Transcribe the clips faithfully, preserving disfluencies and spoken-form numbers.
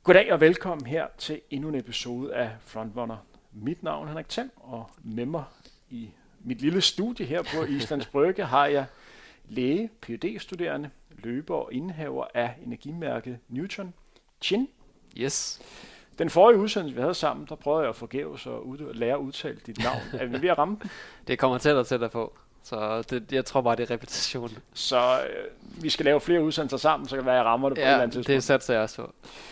Goddag og velkommen her til endnu en episode af Frontrunner. Mit navn er Henrik Thiem, og med mig i mit lille studie her på Islands Brygge har jeg læge, P H D-studerende, løber og indehaver af energimærket Newton, Chin. Yes. Den forrige udsendelse, vi havde sammen, der prøvede jeg at forgæves og ud- lære at udtale dit navn. Er vi ved at ramme? Det kommer tættere og tættere på, så det, jeg tror bare, det er repetition. Så øh, vi skal lave flere udsendelser sammen, så kan det være, at jeg rammer det på ja, et eller andet tidspunkt. det satser jeg også på.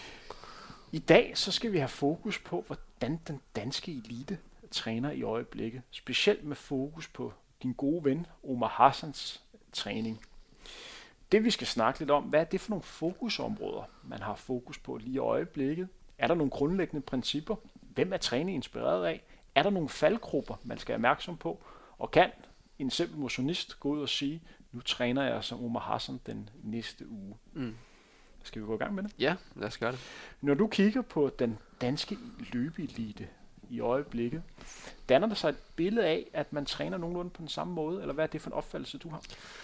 I dag så skal vi have fokus på, hvordan den danske elite træner i øjeblikket. Specielt med fokus på din gode ven, Omar Hassans træning. Det vi skal snakke lidt om, hvad er det for nogle fokusområder, man har fokus på lige i øjeblikket? Er der nogle grundlæggende principper? Hvem er træning inspireret af? Er der nogle faldgrupper, man skal være opmærksom på? Og kan en simpel motionist gå ud og sige, nu træner jeg som Omar Hassan den næste uge? Mm. Skal vi gå i gang med det? Ja, lad os gøre det. Når du kigger på den danske løbeelite i øjeblikket, danner der sig et billede af, at man træner nogenlunde på den samme måde, eller hvad er det for en opfattelse, du har?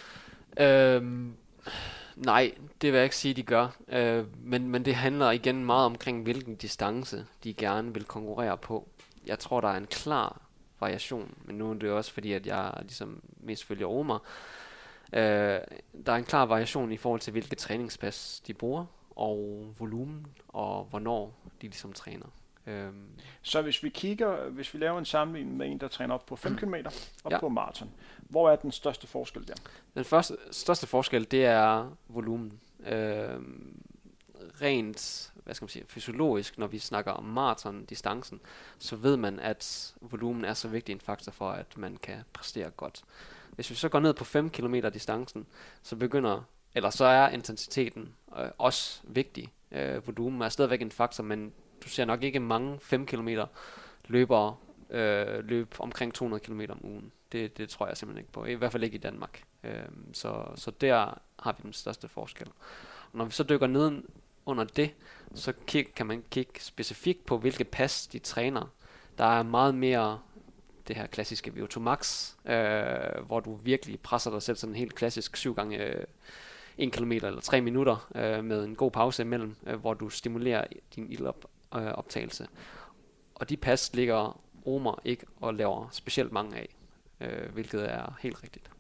Øhm, nej, det vil jeg ikke sige, de gør. Øh, men, men det handler igen meget omkring, hvilken distance de gerne vil konkurrere på. Jeg tror, der er en klar variation, men nu er det også fordi, at jeg ligesom mest følger Omar. Øh, der er en klar variation i forhold til, hvilke træningspas de bruger, og volumen, og hvornår de ligesom træner. Øhm. Så hvis vi kigger, hvis vi laver en sammenligning med en, der træner op på fem kilometer, op Ja. på maraton, hvor er den største forskel der? Den første, største forskel, det er volumen. Øhm, rent, hvad skal man sige, fysiologisk, når vi snakker om maratondistancen, så ved man, at volumen er så vigtig en faktor for, at man kan præstere godt. Hvis vi så går ned på fem kilometer distancen, så begynder, eller så er intensiteten øh, også vigtig. Øh, volumen er stadigvæk en faktor, men du ser nok ikke mange fem kilometer løbere øh, løb omkring to hundrede kilometer om ugen. Det, det tror jeg simpelthen ikke på. I hvert fald ikke i Danmark. Øh, så, så der har vi den største forskel. Og når vi så dykker ned under det, så kig, kan man kigge specifikt på, hvilke pas de træner. Der er meget mere det her klassiske V O to max, øh, hvor du virkelig presser dig selv sådan en helt klassisk syv gange øh, en kilometer eller tre minutter øh, med en god pause imellem, øh, hvor du stimulerer din ildoptagelse. Og de pas ligger Omar ikke og laver specielt mange af, øh, hvilket er helt rigtigt.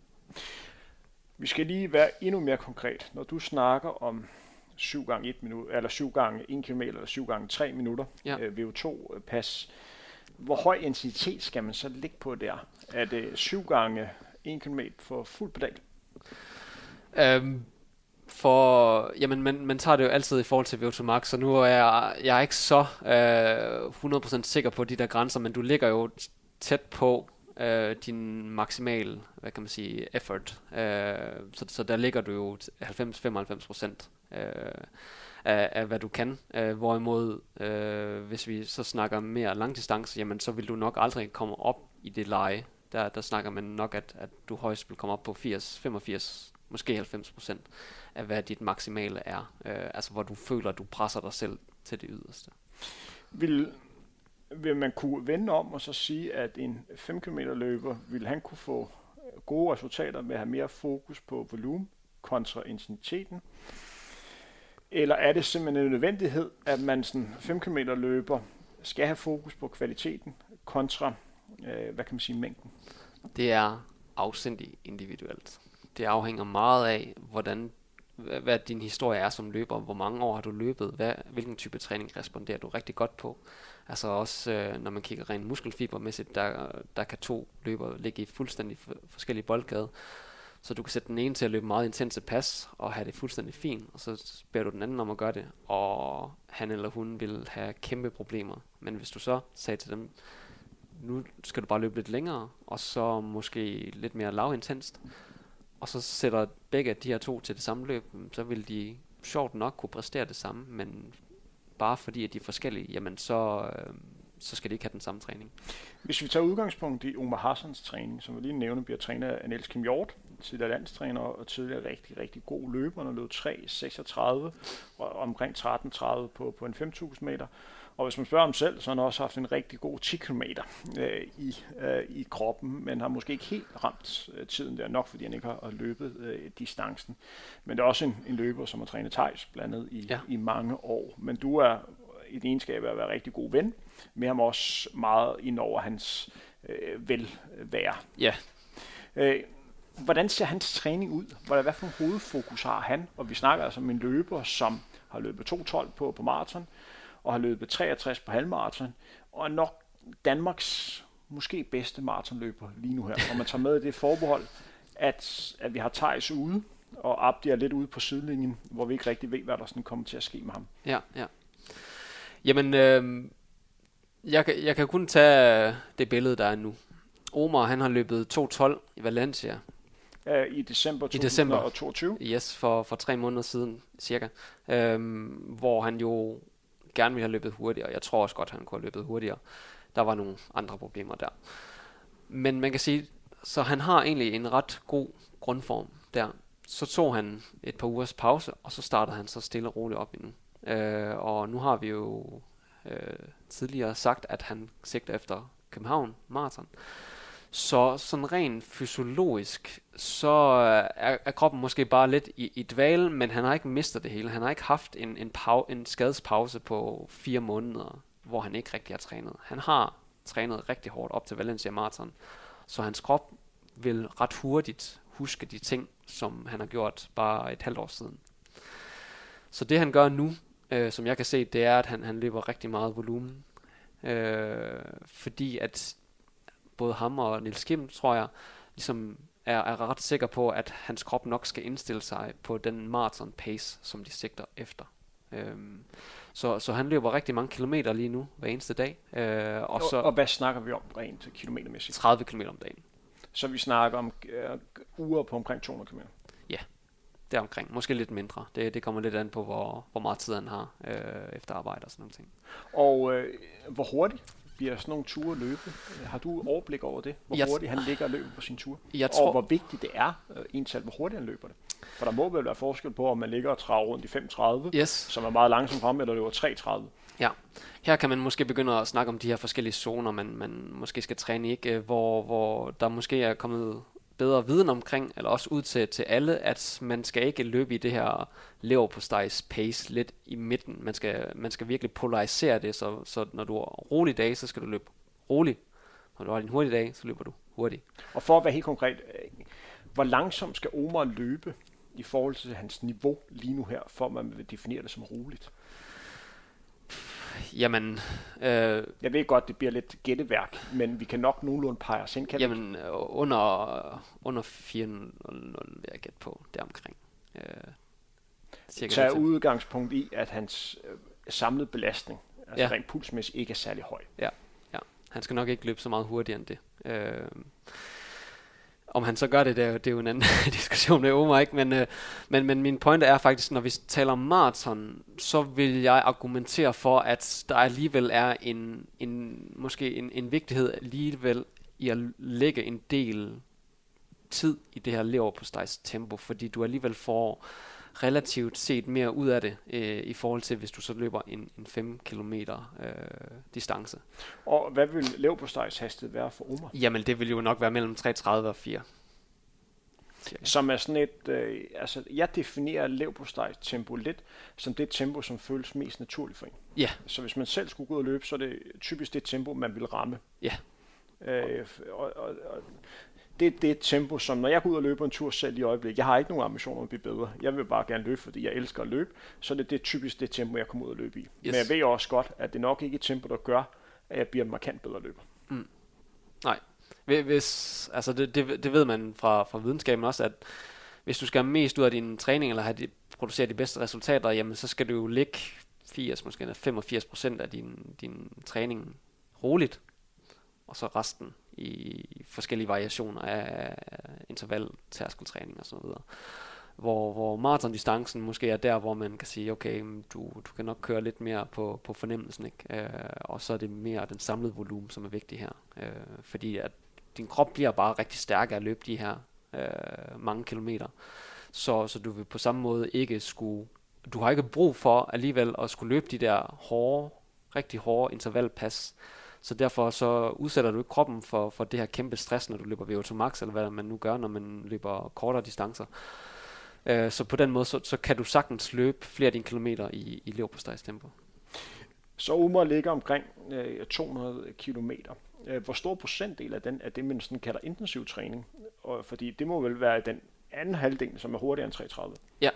Vi skal lige være endnu mere konkret. Når du snakker om syv gange et minut, eller syv gange en kilometer, eller syv gange tre minutter, Ja. øh, V O to pas, hvor høj intensitet skal man så ligge på der? Er det syv gange en kilometer for fuld pedal? Øhm, for, jamen, man, man tager det jo altid i forhold til V O to max, så nu er jeg, jeg er ikke så øh, hundrede procent sikker på de der grænser, men du ligger jo tæt på øh, din maksimale, hvad kan man sige, effort. Øh, så, så der ligger du jo halvfems til femoghalvfems procent øh, af, af hvad du kan. Øh, hvorimod, øh, hvis vi så snakker mere langdistance, jamen så vil du nok aldrig komme op i det leje. Der, der snakker man nok, at, at du højst vil komme op på firs, femogfirs, måske halvfems procent af hvad dit maksimale er. Øh, altså hvor du føler, at du presser dig selv til det yderste. Vil, vil man kunne vende om og så sige, at en fem kilometer løber, vil han kunne få gode resultater med at have mere fokus på volumen kontra intensiteten? Eller er det simpelthen en nødvendighed, at man sådan fem kilometer løber skal have fokus på kvaliteten kontra, øh, hvad kan man sige, mængden? Det er afsindigt individuelt. Det afhænger meget af, hvordan, hvad, hvad din historie er som løber, hvor mange år har du løbet, hvad, hvilken type træning responderer du rigtig godt på. Altså også, øh, når man kigger rent muskelfibermæssigt, der, der kan to løbere ligge i fuldstændig for, forskellige boldgade. Så du kan sætte den ene til at løbe meget intense pas og have det fuldstændig fint, og så beder du den anden om at gøre det, og han eller hun vil have kæmpe problemer. Men hvis du så sagde til dem, nu skal du bare løbe lidt længere, og så måske lidt mere lavintenst, og så sætter begge de her to til det samme løb, så vil de sjovt nok kunne præstere det samme, men bare fordi at de er forskellige, jamen så, øh, så skal de ikke have den samme træning. Hvis vi tager udgangspunkt i Omar Hassans træning, som vi lige nævner, bliver trænet af Niels Kim Hjort, tidligere landstræner og tidligere rigtig, rigtig god løber, og løb tre seksogtredive og omkring tretten tredive på, på en fem tusind meter. Og hvis man spørger ham selv, så har han også haft en rigtig god ti kilometer øh, i, øh, i kroppen, men har måske ikke helt ramt øh, tiden der nok, fordi han ikke har, har løbet øh, distancen. Men det er også en, en løber, som har trænet Theis blandt andet i, ja. i mange år. Men du er i den egenskab af at være rigtig god ven, med ham også meget ind over hans øh, velvære. Ja. Øh, hvordan ser hans træning ud? Hvad, hvad for en hovedfokus har han? Og vi snakker altså om en løber, som har løbet to tolv på, på maraton, og har løbet treogtres på halvmaraton, og er nok Danmarks måske bedste maratonløber lige nu her. Og man tager med det forbehold, at, at vi har Theis ude, og Abdi er lidt ude på sidelinjen, hvor vi ikke rigtig ved, hvad der sådan kommer til at ske med ham. Ja, ja. Jamen, øh, jeg, kan, jeg kan kun tage det billede, der er nu. Omar, han har løbet to tolv i Valencia. Uh, I december to tusind og toogtyve? Yes, for, for tre måneder siden cirka. Øhm, hvor han jo gerne ville have løbet hurtigere. Jeg tror også godt, han kunne have løbet hurtigere. Der var nogle andre problemer der. Men man kan sige, så han har egentlig en ret god grundform der. Så tog han et par ugers pause, og så startede han så stille og roligt op endnu. Øh, og nu har vi jo øh, tidligere sagt, at han sigter efter København Marathon. Så sådan rent fysiologisk, så er, er kroppen måske bare lidt i, i dvale, men han har ikke mistet det hele. Han har ikke haft en, en, pau, en skadespause på fire måneder, hvor han ikke rigtig har trænet. Han har trænet rigtig hårdt op til Valencia Marathon, så hans krop vil ret hurtigt huske de ting, som han har gjort bare et halvt år siden. Så det han gør nu, øh, som jeg kan se, det er, at han, han løber rigtig meget volumen. Øh, fordi at både ham og Niels Kim, tror jeg, ligesom er, er ret sikker på, at hans krop nok skal indstille sig på den marathon pace, som de sigter efter. Øhm, så, så han løber rigtig mange kilometer lige nu, hver eneste dag. Øh, og, og, så og hvad snakker vi om rent kilometermæssigt? tredive kilometer om dagen. Så vi snakker om øh, uger på omkring to hundrede kilometer? Ja, det er omkring. Måske lidt mindre. Det, det kommer lidt an på, hvor, hvor meget tid han har øh, efter arbejde og sådan nogle ting. Og øh, hvor hurtigt bliver sådan nogle ture løbe? Har du overblik over det? Hvor jeg hurtigt han ligger og løber på sin tur? Jeg tror, og hvor vigtigt det er, øh, egentlig, hvor hurtigt han løber det? For der må vel være forskel på, om man ligger og trager rundt i fem tredive, yes. som er meget langsomt frem, eller løber tre tredive. Ja, her kan man måske begynde at snakke om de her forskellige zoner, man, man måske skal træne i, ikke? Hvor, hvor der måske er kommet bedre viden omkring, eller også ud til, til alle, at man skal ikke løbe i det her leverpostejs pace lidt i midten. Man skal, man skal virkelig polarisere det, så, så når du har rolig dag, så skal du løbe roligt. Når du har din hurtige dag, så løber du hurtigt. Og for at være helt konkret, hvor langsomt skal Omar løbe i forhold til hans niveau lige nu her, for at man vil definere det som roligt? Jamen, øh, jeg ved godt, det bliver lidt gætteværk, men vi kan nok nogenlunde pege os ind, kan jamen, øh, under, under fire nul vil jeg gætte på, deromkring. Øh, Tag udgangspunkt i, at hans øh, samlede belastning, altså ja. rent pulsmæssigt, ikke er særlig høj. Ja, ja, han skal nok ikke løbe så meget hurtigere end det. Øh, Om han så gør det, det er jo, det er jo en anden diskussion med Omar, ikke? Men, øh, men, men min pointe er faktisk, når vi taler om maraton, så vil jeg argumentere for, at der alligevel er en, en måske en, en vigtighed alligevel i at lægge en del tid i det her leverpostejs tempo, fordi du alligevel får relativt set mere ud af det, øh, i forhold til, hvis du så løber en, en fem kilometer øh, distance. Og hvad vil leverpostejs hastighed være for Omar? Jamen, det vil jo nok være mellem tre tredive og fire. Som er sådan et, øh, altså jeg definerer leverpostejs tempo lidt som det tempo, som føles mest naturligt for en. Ja. Så hvis man selv skulle gå ud og løbe, så er det typisk det tempo, man vil ramme. Ja. Øh, og, og, og det er det tempo, som når jeg går ud og løber en tur selv i øjeblikket, jeg har ikke nogen ambitioner om at blive bedre. Jeg vil bare gerne løbe, fordi jeg elsker at løbe, så det er det typisk det tempo, jeg kommer ud og løbe i. Yes. Men jeg ved også godt, at det nok ikke er et tempo, der gør, at jeg bliver en markant bedre løber. Mm. Nej. Hvis, altså det, det, det ved man fra, fra videnskaben også, at hvis du skal have mest ud af din træning, eller have de, producere de bedste resultater, jamen så skal du jo ligge firs, måske femogfirs procent af din, din træning roligt, og så resten i forskellige variationer af interval, tærskeltræning og sådan noget. Hvor, hvor maratondistancen måske er der, hvor man kan sige, okay, du, du kan nok køre lidt mere på, på fornemmelsen, ikke? Øh, og så er det mere den samlede volumen, som er vigtig her. Øh, fordi at din krop bliver bare rigtig stærk af at løbe de her øh, mange kilometer. Så, så du vil på samme måde ikke skulle, du har ikke brug for alligevel at skulle løbe de der hårde, rigtig hårde intervalpas. Så derfor så udsætter du ikke kroppen for, for det her kæmpe stress, når du løber V O to max, eller hvad man nu gør, når man løber kortere distancer. Uh, så på den måde, så, så kan du sagtens løbe flere af dine kilometer i, i leverpostejs tempo. Så Omar ligger omkring øh, to hundrede kilometer. Hvor stor procentdel af den er det, man sådan kalder intensiv træning? Og fordi det må vel være den anden halvdel, som er hurtigere end tre tredive. Ja.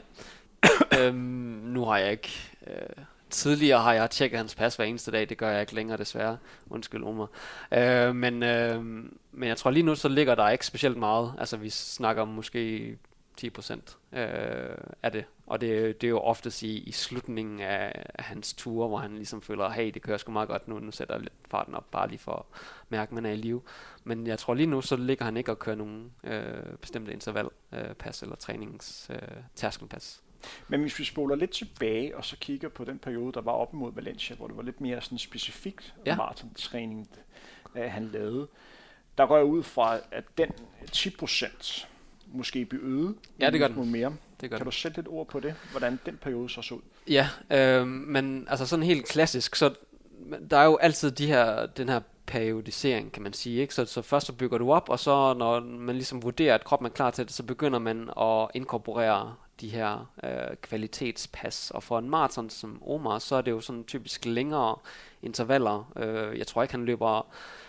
øhm, nu har jeg ikke... Øh, tidligere har jeg tjekket hans pas hver eneste dag. Det gør jeg ikke længere, desværre. Undskyld, Omar. Øh, men, øh, men jeg tror lige nu, så ligger der ikke specielt meget. Altså, vi snakker om måske ti procent øh, af det. Og det, det er jo oftest i, i slutningen af, af hans ture, hvor han ligesom føler, hey, det kører sgu meget godt nu, nu sætter jeg lidt farten op, bare lige for at mærke, at man er i live. Men jeg tror lige nu, så ligger han ikke og kører nogen øh, bestemte intervalpas øh, eller trænings øh, tærskelpas. Men hvis vi spoler lidt tilbage, og så kigger på den periode, der var op imod Valencia, hvor det var lidt mere sådan specifikt ja. maratontræning, øh, han lavede, der går jeg ud fra, at den ti procent måske blive øget. Ja, det gør den. Mere. Det gør kan den. du sætte lidt ord på det, hvordan den periode så så ud? Ja, øh, men altså sådan helt klassisk, så der er jo altid de her, den her periodisering, kan man sige, ikke? Så, så først så bygger du op, og så når man ligesom vurderer, at kroppen er klar til det, så begynder man at inkorporere de her øh, kvalitetspas. Og for en maraton som Omar, så er det jo sådan typisk længere intervaller. Øh, jeg tror ikke, han løber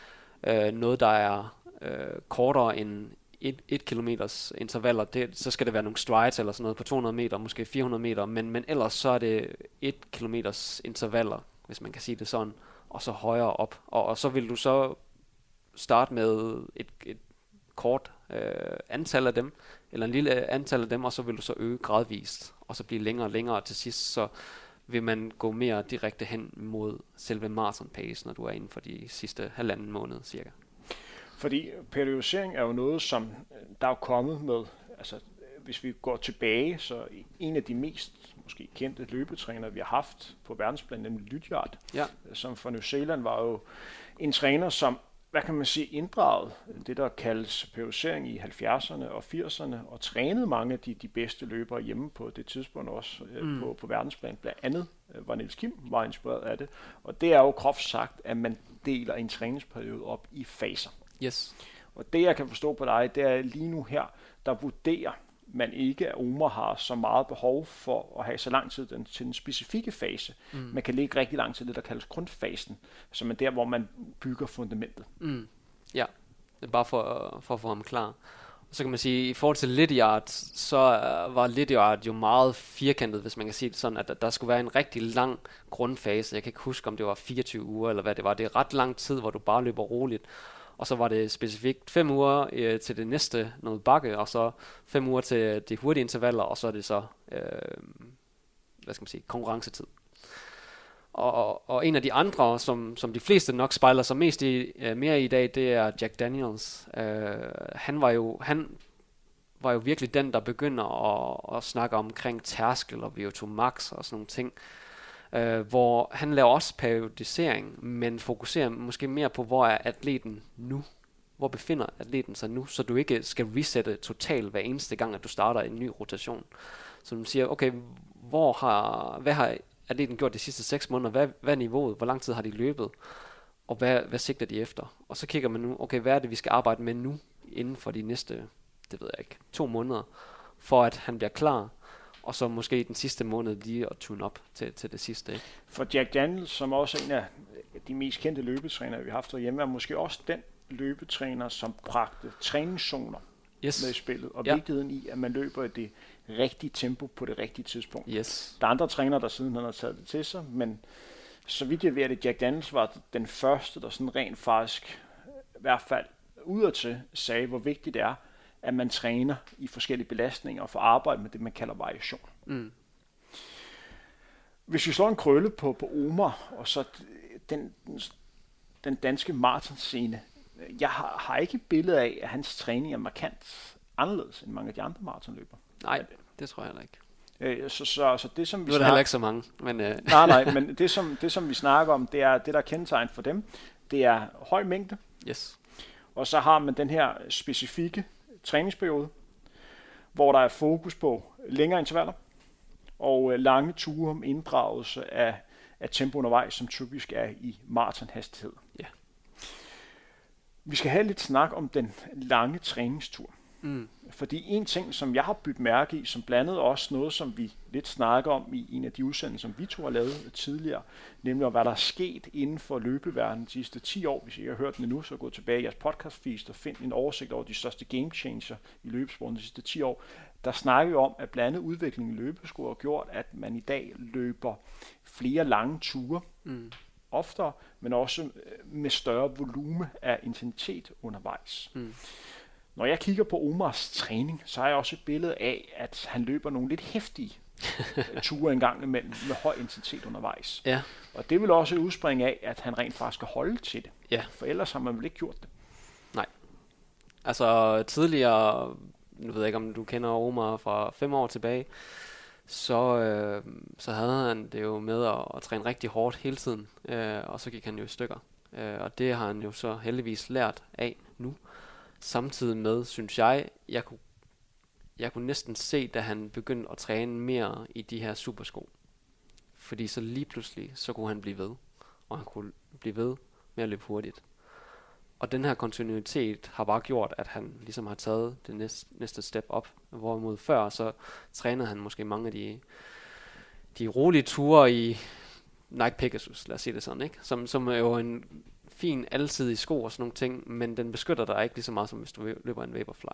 øh, noget, der er øh, kortere end et, et kilometers intervaller. Det, så skal det være nogle strides eller sådan noget på to hundrede meter, måske fire hundrede meter, men, men ellers så er det et kilometers intervaller, hvis man kan sige det sådan, og så højere op. Og, og så vil du så starte med et, et kort øh, antal af dem, eller en lille antal af dem, og så vil du så øge gradvist, og så blive længere og længere, og til sidst så vil man gå mere direkte hen mod selve marathon pace, når du er inden for de sidste halvanden måned cirka. Fordi periodisering er jo noget, som der er kommet med, altså hvis vi går tilbage, så en af de mest måske kendte løbetrænere, vi har haft på verdensplan, nemlig Lydiard, ja. som fra New Zealand var jo en træner, som, hvad kan man sige, inddraget det, der kaldes periodisering i halvfjerdserne og firserne, og trænede mange af de, de bedste løbere hjemme på det tidspunkt også mm. på, på verdensplan. Blandt andet var Niels Kim var inspireret af det, og det er jo groft sagt, at man deler en træningsperiode op i faser. Yes. Og det, jeg kan forstå på dig, det er lige nu her, der vurderer man ikke, at Omar har så meget behov for at have så lang tid den, til den specifikke fase. Mm. Man kan ligge rigtig lang tid det, der kaldes grundfasen, som er der, hvor man bygger fundamentet. Mm. Ja, det er bare for, for at få ham klar. Og så kan man sige, i forhold til Lydiard, så var Lydiard jo meget firkantet, hvis man kan sige det sådan, at der skulle være en rigtig lang grundfase. Jeg kan ikke huske, om det var fireogtyve uger, eller hvad det var. Det er ret lang tid, hvor du bare løber roligt. Og så var det specifikt fem uger øh, til det næste noget bakke, og så fem uger til de hurtige intervaller, og så er det så, øh, hvad skal man sige, konkurrencetid. Og, og, og en af de andre, som, som de fleste nok spejler sig mest i, øh, mere i dag, det er Jack Daniels. Øh, han var jo, han var jo virkelig den, der begynder at, at snakke omkring tærskel og V O to max og sådan nogle ting. Uh, hvor han laver også periodisering, men fokuserer måske mere på, hvor er atleten nu? Hvor befinder atleten sig nu? Så du ikke skal resette totalt hver eneste gang, at du starter en ny rotation. Så du siger, okay, hvor har, hvad har atleten gjort de sidste seks måneder? Hvad, hvad er niveauet? Hvor lang tid har de løbet? Og hvad, hvad sigter de efter? Og så kigger man nu, okay, hvad er det, vi skal arbejde med nu, inden for de næste, det ved jeg ikke, to måneder, for at han bliver klar. Og så måske den sidste måned lige at tune op til, til det sidste. Ikke? For Jack Daniels, som også er en af de mest kendte løbetrænere, vi har haft derhjemme, er måske også den løbetræner, som bragte træningszoner yes. med i spillet. Og ja. vigtigheden i, at man løber i det rigtige tempo på det rigtige tidspunkt. Yes. Der er andre trænere, der siden har taget det til sig, men så vidt jeg ved, at Jack Daniels var den første, der sådan rent faktisk, i hvert fald udadtil, sagde, hvor vigtigt det er, at man træner i forskellige belastninger og får arbejde med det, man kalder variation. Mm. Hvis vi slår en krølle på, på Omar, og så den, den danske maratonscene, jeg har, har ikke et billede af, at hans træning er markant anderledes end mange af de andre maratonløbere. Nej, det tror jeg heller ikke. Øh, så, så, så det, som vi nu er der heller ikke så mange. Men, øh. nej, nej, men det som, det, som vi snakker om, det er det, der er kendetegn for dem. Det er høj mængde. Yes. Og så har man den her specifikke træningsperiode, hvor der er fokus på længere intervaller og øh, lange ture med inddragelse af, af tempo undervejs, som typisk er i maratonhastighed. Ja. Vi skal have lidt snak om den lange træningstur. Mm. Fordi en ting, som jeg har byttet mærke i, som blandet også noget, som vi lidt snakker om i en af de udsendelser, som vi to har lavet tidligere, nemlig om, hvad der er sket inden for løbeverdenen de sidste ti år. Hvis I ikke har hørt den endnu, så gå tilbage i jeres podcast feed og find en oversigt over de største game changer i løbesporten de sidste ti år. Der snakker vi om, at blandet udviklingen i løbesko har gjort, at man i dag løber flere lange ture, mm. oftere, men også med større volume af intensitet undervejs. Mm. Når jeg kigger på Omars træning, så har jeg også et billede af, at han løber nogle lidt heftige ture en gang imellem med høj intensitet undervejs. Ja. Og det vil også udspringe af, at han rent faktisk skal holde til det. Ja. For ellers har man vel ikke gjort det. Nej. Altså tidligere, nu ved jeg ikke, om du kender Omar fra fem år tilbage, så, øh, så havde han det jo med at, at træne rigtig hårdt hele tiden, øh, og så gik han jo i stykker. Øh, og det har han jo så heldigvis lært af nu. Samtidig med, synes jeg, jeg kunne, jeg kunne næsten se, da han begyndte at træne mere i de her supersko. Fordi så lige pludselig, så kunne han blive ved. Og han kunne blive ved med at løbe hurtigt. Og den her kontinuitet har bare gjort, at han ligesom har taget det næste, næste step op. Hvorimod før, så trænede han måske mange af de, de rolige ture i Nike Pegasus, lad os sige det sådan, ikke? Som, som er jo en fin alsidig sko og sådan nogle ting, men den beskytter dig ikke lige så meget, som hvis du løber en Vaporfly.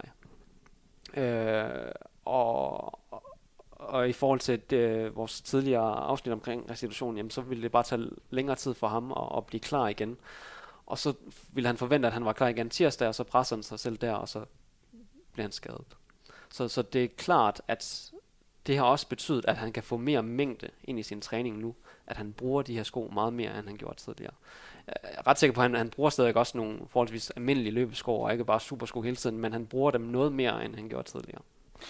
Øh, og, og i forhold til det, vores tidligere afsnit omkring restitution, jamen, så ville det bare tage længere tid for ham at, at blive klar igen. Og så ville han forvente, at han var klar igen tirsdag, og så presser han sig selv der, og så bliver han skadet. Så, så det er klart, at det har også betydet, at han kan få mere mængde ind i sin træning nu, at han bruger de her sko meget mere, end han gjorde tidligere. Jeg er ret sikker på, at han, han bruger stadig også nogle forholdsvis almindelige løbesko, og ikke bare supersko hele tiden, men han bruger dem noget mere, end han gjorde tidligere.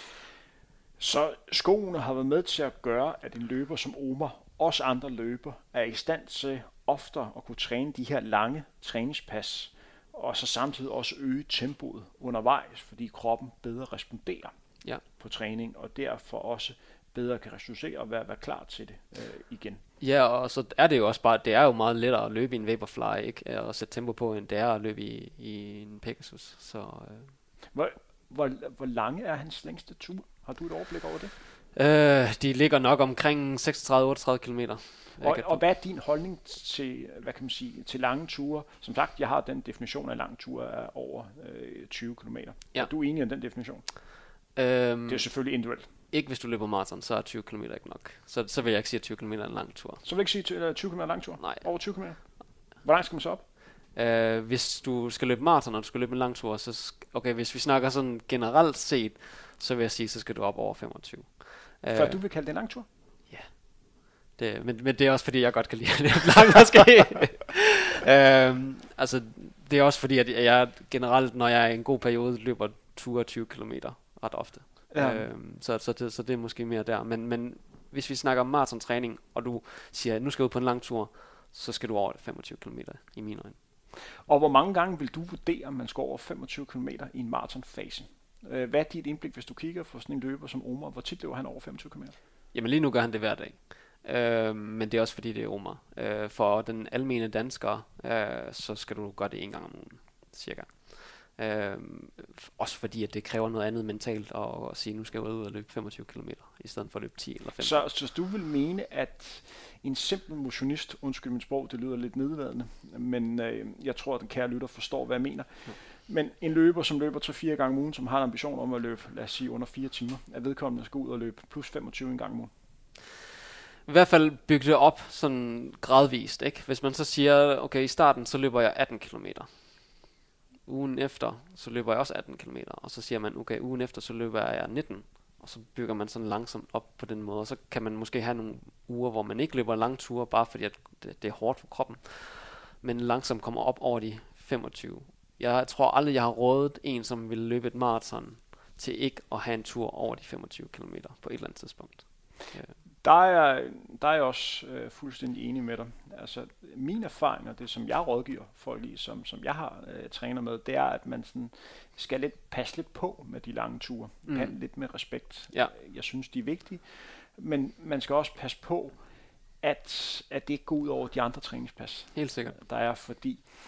Så skoene har været med til at gøre, at en løber som Omar, også andre løber, er i stand til oftere at kunne træne de her lange træningspas, og så samtidig også øge tempoet undervejs, fordi kroppen bedre responderer ja. på træning, og derfor også bedre kan restituere og være, være klar til det øh, igen. Ja, og så er det jo også bare, det er jo meget lettere at løbe i en Vaporfly, ikke? Og sætte tempo på, end det er at løbe i, i en Pegasus. Så, øh. hvor, hvor, hvor lange er hans længste tur? Har du et overblik over det? Øh, de ligger nok omkring seksogtredive til otteogtredive kilometer. Og, og hvad er din holdning til, hvad kan man sige, til lange ture? Som sagt, jeg har den definition af lang tur er over øh, tyve kilometer. Ja. Er du enig i den definition? Øhm, det er selvfølgelig individuelt. Ikke hvis du løber maraton, så er tyve kilometer ikke nok. Så, så vil jeg ikke sige, at tyve kilometer er en lang tur. Så vil jeg ikke sige, at tyve kilometer er en lang tur? Nej. Over tyve kilometer? Hvor langt skal man så op? Øh, hvis du skal løbe maraton, og du skal løbe en lang tur, så sk- okay, hvis vi snakker sådan generelt set, så vil jeg sige, så skal du op over femogtyve. Før øh, du vil kalde det en lang tur? Ja. Det, men, men det er også fordi, jeg godt kan lide at løbe langt, måske. øh, altså, det er også fordi, at jeg generelt, når jeg er i en god periode, løber tyve kilometer ret ofte. Ja. Øhm, så, så, det, så det er måske mere der. Men, men hvis vi snakker om maratontræning, og du siger, at nu skal du ud på en lang tur, så skal du over femogtyve kilometer i mine øjne. Og hvor mange gange vil du vurdere, at man skal over femogtyve kilometer i en maratonfase? Øh, hvad er dit indblik, hvis du kigger på sådan en løber som Omar? Hvor tit løber han over femogtyve kilometer? Jamen lige nu gør han det hver dag. Øh, men det er også fordi, det er Omar. Øh, for den almene dansker, øh, så skal du gøre det en gang om ugen, cirka. Øh, også fordi, at det kræver noget andet mentalt at, at sige, nu skal jeg ud og løbe femogtyve kilometer, i stedet for at løbe ti eller femten. Så, så du vil mene, at en simpel motionist, undskyld mit sprog, det lyder lidt nedladende, men øh, jeg tror, at den kære lytter forstår, hvad jeg mener. Ja. Men en løber, som løber tre fire gange om ugen, som har en ambition om at løbe, lad os sige, under fire timer, er vedkommende skal ud og løbe plus femogtyve en gang om ugen. I hvert fald bygge det op sådan gradvist, ikke? Hvis man så siger, okay, i starten, så løber jeg atten kilometer. Ugen efter, så løber jeg også atten kilometer, og så siger man, okay, ugen efter, så løber jeg nitten, og så bygger man sådan langsomt op på den måde, og så kan man måske have nogle uger, hvor man ikke løber lange ture, bare fordi at det, det er hårdt for kroppen, men langsomt kommer op over de femogtyve. Jeg tror aldrig, jeg har rådet en, som vil løbe et maraton, til ikke at have en tur over de femogtyve kilometer på et eller andet tidspunkt. Ja. Der er, der er jeg også øh, fuldstændig enig med dig. Altså, min erfaring, og det som jeg rådgiver folk i, som, som jeg har øh, træner med, det er, at man sådan skal lidt passe lidt på med de lange ture. Mm. Kan lidt med respekt. Ja. Jeg synes, de er vigtige. Men man skal også passe på, at, at det ikke går ud over de andre træningspas. Helt sikkert. Der er, fordi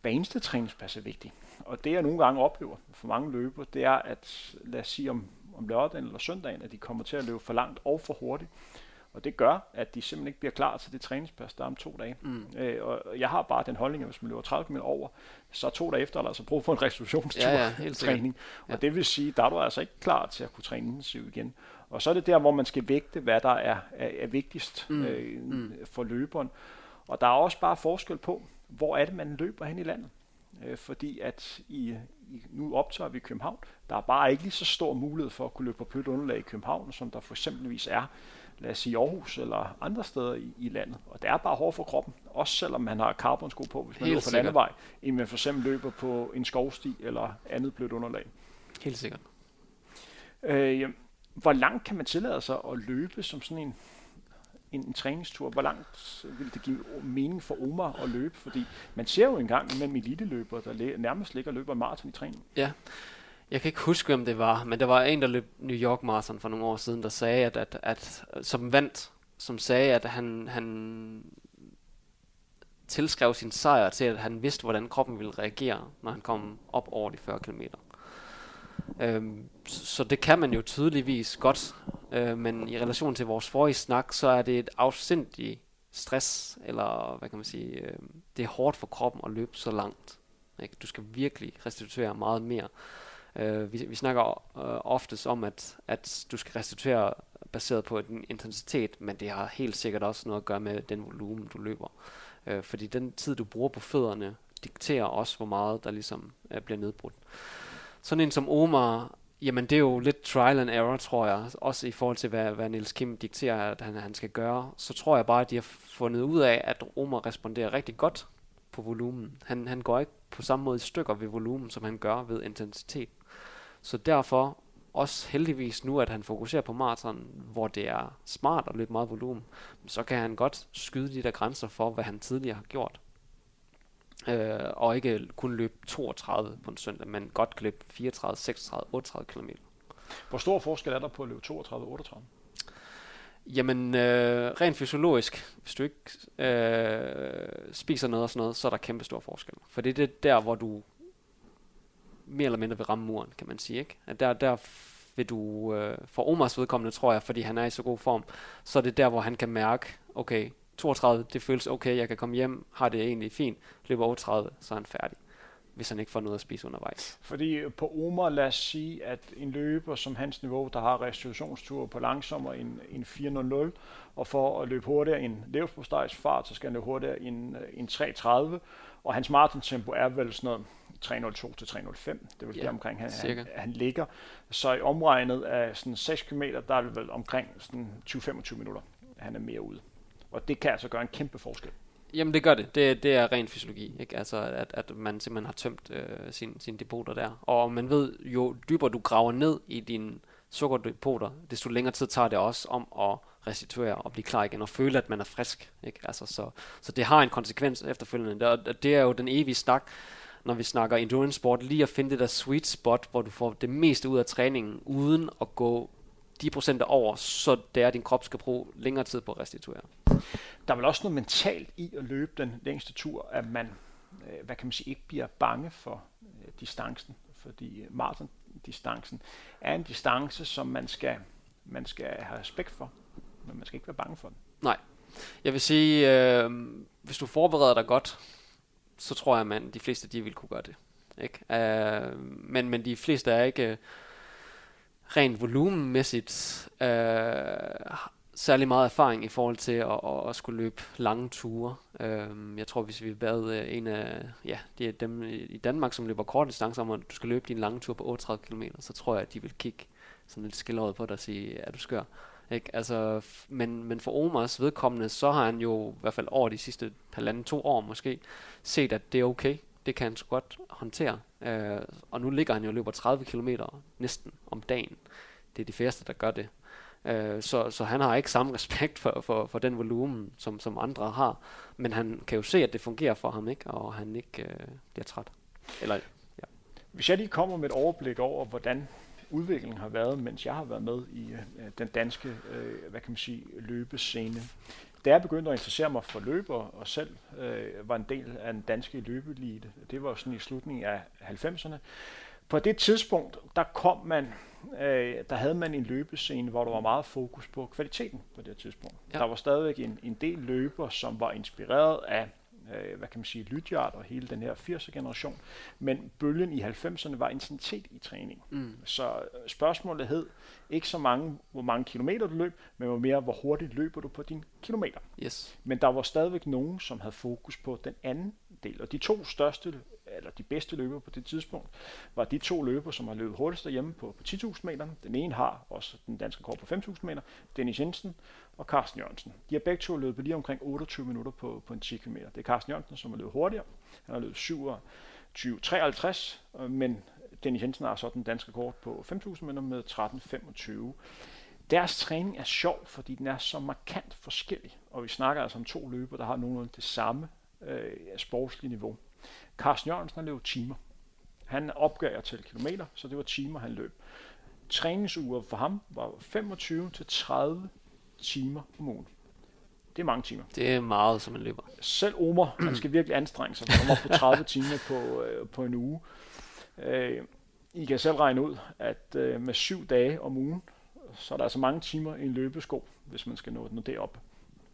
hver eneste træningspas er vigtig. Og det jeg nogle gange oplever for mange løbere, det er, at lad os sige om, om lørdagen eller søndagen, at de kommer til at løbe for langt og for hurtigt. Og det gør, at de simpelthen ikke bliver klar til det træningspas, der er om to dage. Mm. Øh, og jeg har bare den holdning, at hvis man løber tredive kilometer over, så to dage efter er der altså brug for en restitutionstur ja, ja, træning. Ja. Og det vil sige, der er du altså ikke klar til at kunne træne intensivt igen. Og så er det der, hvor man skal vægte, hvad der er, er, er vigtigst mm. Øh, mm. for løberen. Og der er også bare forskel på, hvor er det, man løber hen i landet. Øh, fordi at i, i, nu optager vi København. Der er bare ikke lige så stor mulighed for at kunne løbe på blødt underlag i København, som der for eksempelvis er, lad os sige Aarhus eller andre steder i, i landet. Og det er bare hårdt for kroppen, også selvom man har carbonsko på, hvis man Helt løber på landevej, end man for eksempel løber på en skovsti eller andet blødt underlag. Helt sikkert. Øh, hvor langt kan man tillade sig at løbe som sådan en En, en træningstur? Hvor langt vil det give mening for Omar at løbe? Fordi man ser jo engang med eliteløbere, der læ- nærmest ligger og løber maraton i træning. Ja, jeg kan ikke huske, hvem det var, men der var en, der løb New York Marathon for nogle år siden, der sagde, at, at, at som vandt, som sagde, at han, han tilskrev sin sejr til, at han vidste, hvordan kroppen ville reagere, når han kom op over de fyrre kilometer. Øhm, så det kan man jo tydeligvis godt, øh, men i relation til vores forrige snak, så er det et afsindigt stress, eller hvad kan man sige, øh, det er hårdt for kroppen at løbe så langt. Ikke? Du skal virkelig restituere meget mere. Øh, vi, vi snakker øh, oftest om, at, at du skal restituere baseret på en intensitet, men det har helt sikkert også noget at gøre med den volumen, du løber. Øh, fordi den tid, du bruger på fødderne, dikterer også, hvor meget der ligesom øh, bliver nedbrudt. Sådan en som Omar, jamen det er jo lidt trial and error, tror jeg. Også i forhold til, hvad, hvad Niels Kim dikterer, at han, han skal gøre. Så tror jeg bare, at de har fundet ud af, at Omar responderer rigtig godt på volumen. Han, han går ikke på samme måde i stykker ved volumen, som han gør ved intensitet. Så derfor også heldigvis nu, at han fokuserer på maraton, hvor det er smart at løbe meget volumen, så kan han godt skyde de der grænser for, hvad han tidligere har gjort. Øh, og ikke kun løbe toogtredive på en søndag, men godt løbe fireogtredive, seksogtredive, otteogtredive kilometer. Hvor stor forskel er der på at løbe toogtredive og otteogtredive? Jamen, øh, rent fysiologisk, hvis du ikke øh, spiser noget og sådan noget, så er der kæmpe stor forskel. For det er det der, hvor du mere eller mindre vil ramme muren, kan man sige. Ikke? At der, der vil du, øh, for Omars vedkommende, tror jeg, fordi han er i så god form, så er det der, hvor han kan mærke, okay, toogtredive, det føles okay, jeg kan komme hjem, har det egentlig fint, løber otteogtredive, så er han færdig, hvis han ikke får noget at spise undervejs. Fordi på Omar, lad os sige, at en løber som hans niveau, der har restitutionstur på langsommere end en fire nul nul, og for at løbe hurtigere en leverpostejsfart, så skal han løbe hurtigere end en tre tredive, og hans maratontempo er vel sådan noget tre nul to til tre nul fem, det er vel ja, der omkring, han, han, han ligger. Så i omregnet af sådan seks kilometer, der er det vel omkring sådan tyve til femogtyve minutter, han er mere ude. Og det kan altså gøre en kæmpe forskel. Jamen det gør det. Det, det er ren fysiologi, ikke? Altså at, at man simpelthen har tømt øh, sin, sin depoter der. Og man ved, jo dybere du graver ned i dine sukkerdepoter, desto længere tid tager det også om at restituere og blive klar igen og føle, at man er frisk, ikke? Altså så, så det har en konsekvens efterfølgende. Og det er jo den evige snak, når vi snakker endurance sport, lige at finde det der sweet spot, hvor du får det meste ud af træningen, uden at gå de procenter over, så det er, at din krop skal bruge længere tid på at restituere. Der er vel også noget mentalt i at løbe den længste tur, at man, hvad kan man sige, ikke bliver bange for øh, distancen, fordi maratondistancen er en distance, som man skal, man skal have respekt for, men man skal ikke være bange for den. Nej. Jeg vil sige, øh, hvis du forbereder dig godt, så tror jeg, at de fleste de vil kunne gøre det. Ikke? Øh, men, men de fleste er ikke øh, rent volumenmæssigt øh, særlig meget erfaring i forhold til at, at, at skulle løbe lange ture. Øh, jeg tror, hvis vi bad en af ja, det er dem i Danmark, som løber korte distancer, om at du skal løbe din lange tur på otteogtredive kilometer, så tror jeg, at de vil kigge sådan lidt skilleret på dig og sige, er du skør? Ikke? Altså, men, men for Omars vedkommende, så har han jo i hvert fald over de sidste halvanden to år måske set, at det er okay. Det kan han så godt håndtere. Øh, og nu ligger han jo og løber tredive kilometer næsten om dagen. Det er de færreste, der gør det. Øh, så, så han har ikke samme respekt for, for, for den volumen, som, som andre har. Men han kan jo se, at det fungerer for ham, ikke? Og han ikke øh, bliver træt. Eller, ja. Hvis jeg lige kommer med et overblik over, hvordan udviklingen har været, mens jeg har været med i øh, den danske øh, hvad kan man sige, løbescene. da jeg begyndte at interessere mig for løber, og selv øh, var en del af den danske løbeelite, det var sådan i slutningen af halvfemserne, på det tidspunkt, der kom man, øh, der havde man en løbescene, hvor der var meget fokus på kvaliteten på det tidspunkt. Ja. Der var stadigvæk en, en del løber, som var inspireret af, øh, hvad kan man sige, Lydiard og hele den her firser generation, men bølgen i halvfemserne var intensitet i træning. Mm. Så spørgsmålet hed ikke så mange, hvor mange kilometer du løb, men hvor mere, hvor hurtigt løber du på dine kilometer. Yes. Men der var stadigvæk nogen, som havde fokus på den anden del, og de to største eller de bedste løbere på det tidspunkt, var de to løbere, som har løbet hurtigst derhjemme på, på ti tusind meter. Den ene har også den danske rekord på fem tusind meter, Dennis Jensen og Carsten Jørgensen. De har begge to løbet lige omkring otteogtyve minutter på, på en ti kilometer. Det er Carsten Jørgensen, som har løbet hurtigere. Han har løbet syvogtyve treoghalvtreds, men Dennis Jensen har så den danske rekord på fem tusind meter med tretten femogtyve. Deres træning er sjov, fordi den er så markant forskellig, og vi snakker altså om to løbere, der har nogenlunde det samme øh, sportslige niveau. Carsten Jørgensen har løbet timer. Han opgav til kilometer, så det var timer, han løb. Træningsuger for ham var femogtyve til tredive timer om ugen. Det er mange timer. Det er meget, som en løber. Selv Omar, han skal virkelig anstrenge sig, for han var på tredive timer på, øh, på en uge. Øh, I kan selv regne ud, at øh, med syv dage om ugen, så er der altså mange timer i en løbesko, hvis man skal nå, nå det op.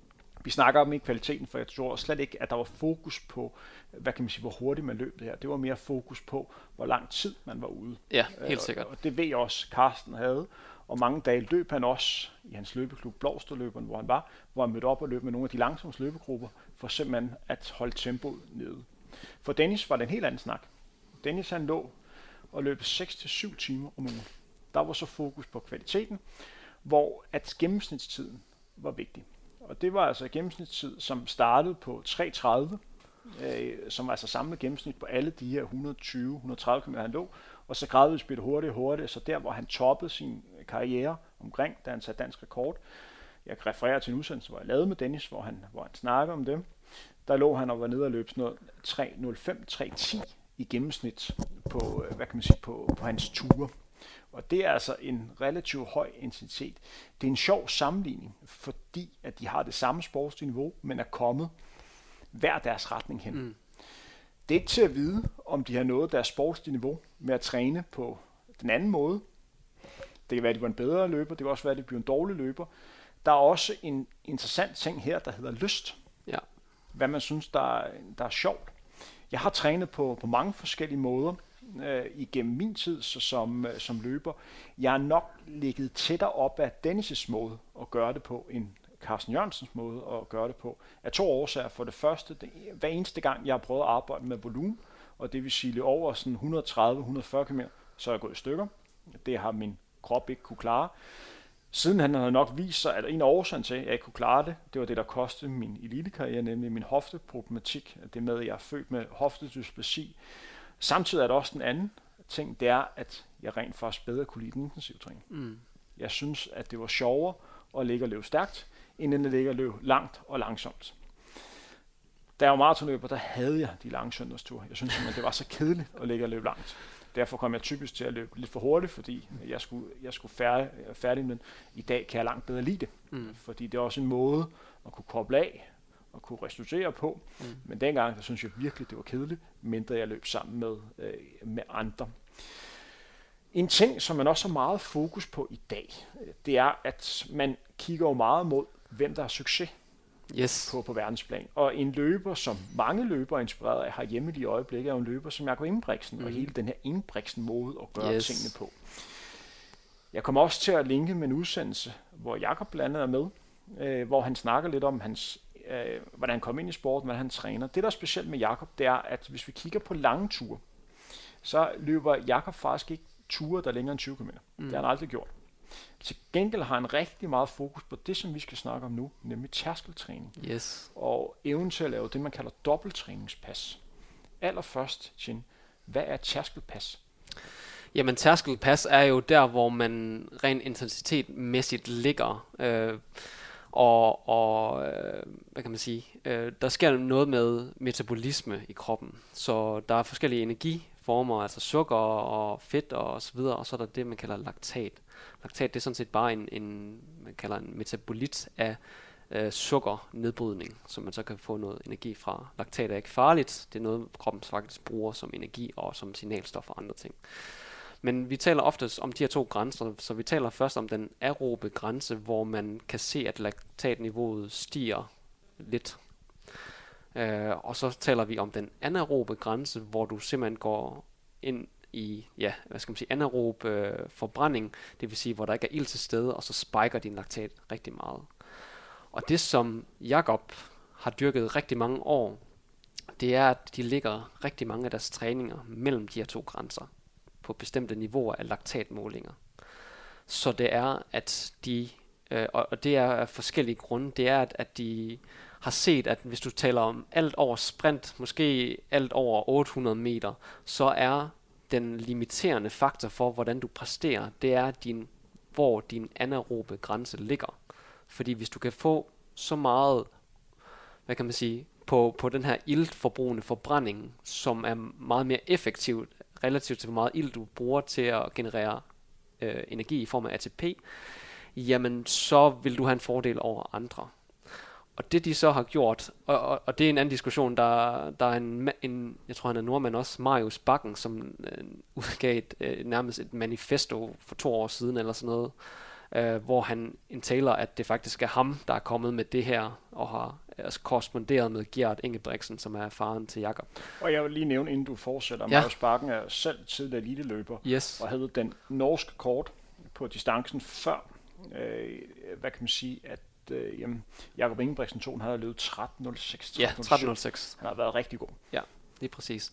Vi snakker om ikke kvaliteten, for jeg tror slet ikke, at der var fokus på, hvad kan man sige, hvor hurtigt man løb det her. Det var mere fokus på, hvor lang tid man var ude. Ja, helt sikkert. Og, og det ved jeg også, Carsten havde. Og mange dage løb han også i hans løbeklub Blåsterløberen, hvor han var, hvor han mødte op og løb med nogle af de langsomste løbegrupper, for simpelthen at holde tempoet nede. For Dennis var det en helt anden snak. Dennis han lå og løb seks til syv timer om ugen. Der var så fokus på kvaliteten, hvor at gennemsnitstiden var vigtig. Og det var altså gennemsnitstid, som startede på tre tredive, øh, som var altså samlet gennemsnit på alle de her et hundrede og tyve til et hundrede og tredive kilometer, han lå. Og så gradvist blev det hurtigt og hurtigt, så der, hvor han toppede sin karriere omkring, da han satte dansk rekord. Jeg kan referere til en udsendelse, hvor jeg lavede med Dennis, hvor han, hvor han snakker om det. Der lå han og var nede og løb sådan noget tre nul fem til tre ti i gennemsnit på, hvad kan man sige, på, på hans ture. Og det er altså en relativt høj intensitet. Det er en sjov sammenligning, fordi at de har det samme sportslige niveau, men er kommet hver deres retning hen. Mm. Det er ikke til at vide, om de har nået deres sportslige niveau med at træne på den anden måde. Det kan være, at de var en bedre løber, det kan også være, at de bliver en dårlig løber. Der er også en interessant ting her, der hedder lyst. Ja. Hvad man synes, der er, der er sjovt. Jeg har trænet på, på mange forskellige måder øh, igennem min tid så som, øh, som løber. Jeg har nok ligget tættere op af Dennis' måde at gøre det på, end Carsten Jørgensens måde at gøre det på. Af to årsager. For det første, det, hver eneste gang, jeg har prøvet at arbejde med volumen, og det vil sige løbe over sådan et hundrede og tredive til et hundrede og fyrre kilometer, så er jeg gået i stykker. Det har min krop ikke kunne klare. Siden han havde nok vist sig, at en af årsagen til, at jeg ikke kunne klare det, det var det, der kostede min elitekarriere, nemlig min hofteproblematik. Det med, at jeg er født med hoftedysplasi. Samtidig er der også den anden ting, det er, at jeg rent faktisk bedre kunne lide den intensiv træning. Mm. Jeg synes, at det var sjovere at ligge og løbe stærkt, end at ligge og løbe langt og langsomt. Da jeg var maratonløber, der havde jeg de lange søndagsture. Jeg synes simpelthen, det var så kedeligt at ligge og løbe langt. Derfor kom jeg typisk til at løbe lidt for hurtigt, fordi jeg skulle, jeg skulle færdig, færdig, men i dag kan jeg langt bedre lide det. Mm. Fordi det er også en måde at kunne koble af og kunne restituere på. Mm. Men dengang, der synes jeg virkelig, det var kedeligt, mindre jeg løb sammen med, øh, med andre. En ting, som man også har meget fokus på i dag, det er, at man kigger jo meget mod, hvem der har succes. Yes. På, på verdensplan. Og en løber, som mange løbere er inspireret af, har hjemme i øjeblikket, er jo en løber som Jakob Ingebrigtsen, mm. og hele den her Ingebrigtsen-måde at gøre yes. tingene på. Jeg kommer også til at linke med en udsendelse, hvor Jakob blandt andet er med, øh, hvor han snakker lidt om, hans, øh, hvordan han kom ind i sporten, hvordan han træner. Det, der er specielt med Jakob, det er, at hvis vi kigger på lange ture, så løber Jakob faktisk ikke ture, der er længere end tyve kilometer. Mm. Det har han aldrig gjort. Til gengæld har han rigtig meget fokus på det, som vi skal snakke om nu, nemlig tærskeltræning. Yes. Og evnen til at lave det, man kalder dobbelttræningspas. Allerførst, Chin, hvad er tærskelpas? Jamen, tærskelpas er jo der, hvor man rent intensitetmæssigt ligger. Øh, og, og øh, hvad kan man sige? Øh, der sker noget med metabolisme i kroppen. Så der er forskellige energiformer, altså sukker og fedt og så videre. Og så er der det, man kalder laktat. Laktat, det er sådan set bare en, en man kalder en metabolit af øh, sukkernedbrydning, så man så kan få noget energi fra. Laktat er ikke farligt, det er noget, kroppen faktisk bruger som energi og som signalstof og andre ting. Men vi taler oftest om de her to grænser, så vi taler først om den aerobe grænse, hvor man kan se, at laktatniveauet stiger lidt. Øh, og så taler vi om den anaerobe grænse, hvor du simpelthen går ind i, ja, hvad skal man sige, anaerob øh, forbrænding, det vil sige, hvor der ikke er ild til stede, og så spiker din laktat rigtig meget. Og det, som Jakob har dyrket rigtig mange år, det er, at de ligger rigtig mange af deres træninger mellem de her to grænser, på bestemte niveauer af laktatmålinger. Så det er, at de, øh, og det er af forskellige grunde, det er, at, at de har set, at hvis du taler om alt over sprint, måske alt over otte hundrede meter, så er den limiterende faktor for, hvordan du præsterer, det er, din, hvor din anaerobe grænse ligger. Fordi hvis du kan få så meget, hvad kan man sige, på, på den her iltforbrugende forbrænding, som er meget mere effektivt, relativt til hvor meget ilt du bruger til at generere øh, energi i form af A T P, jamen så vil du have en fordel over andre. Og det de så har gjort, og, og, og det er en anden diskussion, der, der er en, en, jeg tror han er nordmand også, Marius Bakken, som øh, udgav et, øh, nærmest et manifesto for to år siden eller sådan noget, øh, hvor han indtaler, at det faktisk er ham, der er kommet med det her, og har altså, korresponderet med Gert Ingebrigtsen, som er faren til Jakob. Og jeg vil lige nævne, inden du fortsætter, ja. Marius Bakken er selv tidligere eliteløber, yes. og havde den norske kort på distancen før, øh, hvad kan man sige, at øh, jamen, Jakob Ingebrigtsen tog, han havde løbet tretten nul seks. Ja, tretten nul seks. Han har været rigtig god. Ja, det er præcis.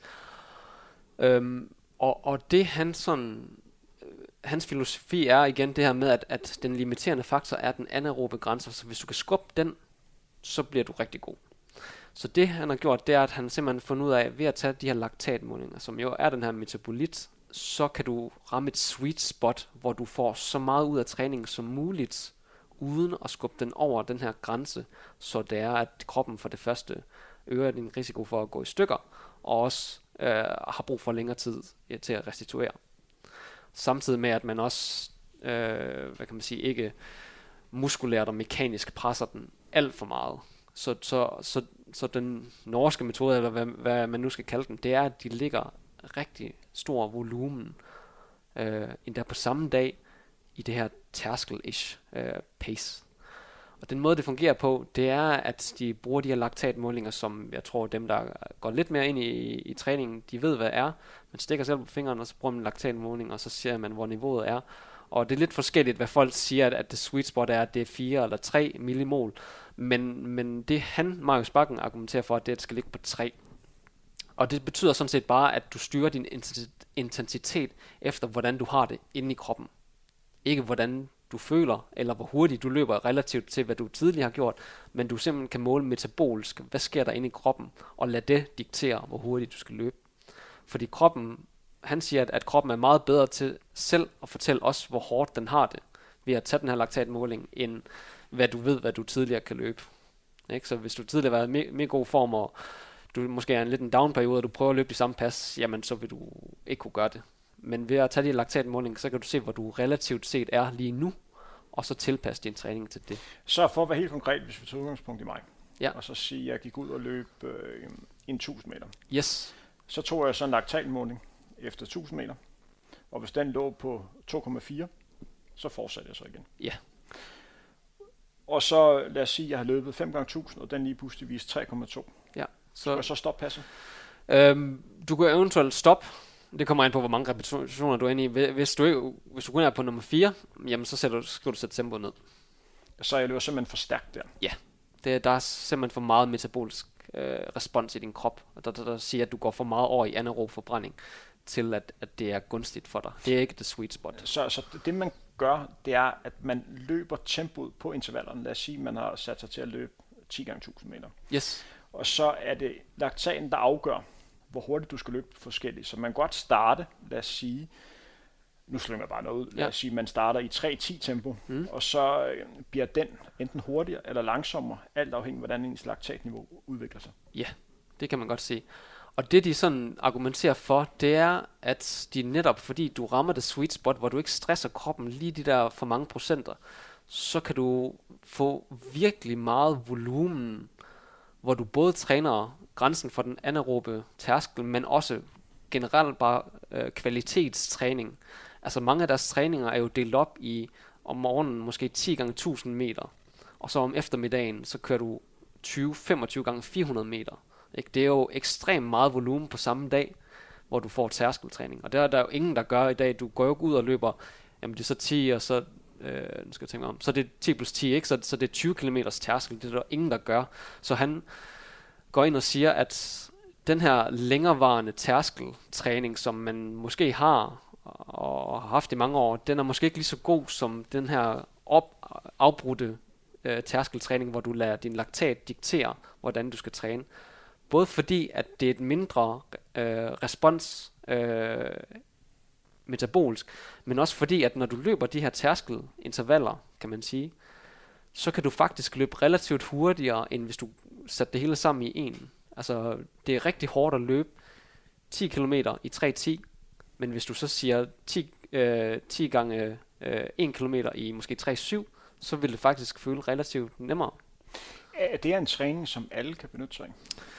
Øhm, og, og det han sådan, øh, hans filosofi er igen det her med, at, at den limiterende faktor er den anaerobe grænse, så hvis du kan skubbe den, så bliver du rigtig god. Så det han har gjort, det er, at han simpelthen fundet ud af, ved at tage de her laktatmålinger, som jo er den her metabolit, så kan du ramme et sweet spot, hvor du får så meget ud af træningen som muligt, uden at skubbe den over den her grænse, så det er, at kroppen for det første øger din risiko for at gå i stykker, og også øh, har brug for længere tid ja, til at restituere. Samtidig med, at man også, øh, hvad kan man sige, ikke muskulært og mekanisk presser den alt for meget. Så, så, så, så den norske metode, eller hvad, hvad man nu skal kalde den, det er, at de ligger rigtig stor volumen, øh, endda på samme dag, i det her tærskel-ish øh, pace. Og den måde, det fungerer på, det er, at de bruger de her laktatmålinger, som jeg tror, dem, der går lidt mere ind i, i træningen, de ved, hvad det er. Man stikker selv på fingeren, og så bruger man laktatmålinger, og så ser man, hvor niveauet er. Og det er lidt forskelligt, hvad folk siger, at, at det sweet spot er, at det er fire eller tre millimol. Men, men det han, Marius Bakken, argumenterer for, at det skal ligge på tre. Og det betyder sådan set bare, at du styrer din intensitet efter, hvordan du har det inde i kroppen. Ikke hvordan du føler, eller hvor hurtigt du løber relativt til, hvad du tidligere har gjort, men du simpelthen kan måle metabolisk, hvad sker der inde i kroppen, og lad det diktere, hvor hurtigt du skal løbe. Fordi kroppen, han siger, at, at kroppen er meget bedre til selv at fortælle os, hvor hårdt den har det, ved at tage den her laktatmåling, end hvad du ved, hvad du tidligere kan løbe. Ikke? Så hvis du tidligere har været i mere god form, og du måske er en lidt en down-periode, og du prøver at løbe de samme pas, jamen så vil du ikke kunne gøre det. Men ved at tage de laktatmålinger, så kan du se, hvor du relativt set er lige nu, og så tilpasse din træning til det. Så for at være helt konkret, hvis vi tager udgangspunkt i mig, ja. og så sige, at jeg gik ud og løb øh, en tusind meter. Yes. Så tog jeg så en laktatmåling efter tusind meter, og hvis den lå på to komma fire, så fortsatte jeg så igen. Ja. Og så lad os sige, at jeg har løbet fem gange tusind, og den lige pludselig viste tre komma to. Ja. Så skal jeg så stoppe passet? Øhm, du kan eventuelt stoppe. Det kommer an på, hvor mange repetitioner du er inde i. Hvis du, ikke, hvis du kun er på nummer fire, jamen så sætter du, skal du sætte tempoet ned. Så jeg løber simpelthen for stærkt der? Ja. Det, der er simpelthen for meget metabolisk øh, respons i din krop. Og der, der, der siger, at du går for meget over i anaerob forbrænding, til at, at det er gunstigt for dig. Det er ikke det sweet spot. Så, så det man gør, det er, at man løber tempoet på intervallerne. Lad os sige, at man har sat sig til at løbe ti gange tusind meter. Yes. Og så er det laktaten, der afgør, hvor hurtigt du skal løbe forskelligt. Så man kan godt starte, lad os sige, nu slynger jeg bare noget ud, lad os sige, man starter i tre ti tempo, mm. og så øh, bliver den enten hurtigere eller langsommere, alt afhængig af, hvordan ens laktatniveau udvikler sig. Ja, det kan man godt se. Og det de sådan argumenterer for, det er, at de netop fordi du rammer det sweet spot, hvor du ikke stresser kroppen lige de der for mange procenter, så kan du få virkelig meget volumen, hvor du både træner grænsen for den anaerobe tærskel, men også generelt bare øh, kvalitetstræning. Altså mange af deres træninger er jo delt op i om morgenen måske ti gange tusind meter, og så om eftermiddagen, så kører du tyve til femogtyve gange fire hundrede meter. Ikke? Det er jo ekstremt meget volumen på samme dag, hvor du får tærskeltræning. Og det er der jo ingen, der gør i dag. Du går jo ikke ud og løber, jamen det er så ti, og så, øh, nu skal jeg tænke mig om, så det er ti plus ti, ikke? Så, så det er tyve kilometers tærskel. Det er der ingen, der gør. Så han går ind og siger, at den her længerevarende tærskeltræning, som man måske har og har haft i mange år, den er måske ikke lige så god som den her op, afbrudte øh, tærskeltræning, hvor du lader din laktat diktere, hvordan du skal træne. Både fordi, at det er et mindre øh, respons øh, metabolsk, men også fordi, at når du løber de her tærskelintervaller, kan man sige, så kan du faktisk løbe relativt hurtigere, end hvis du satte det hele sammen i en. Altså, det er rigtig hårdt at løbe ti kilometer i tre ti, men hvis du så siger ti, øh, ti gange øh, en kilometer i måske tre syv, så vil det faktisk føle relativt nemmere. Er det en træning, som alle kan benytte sig af?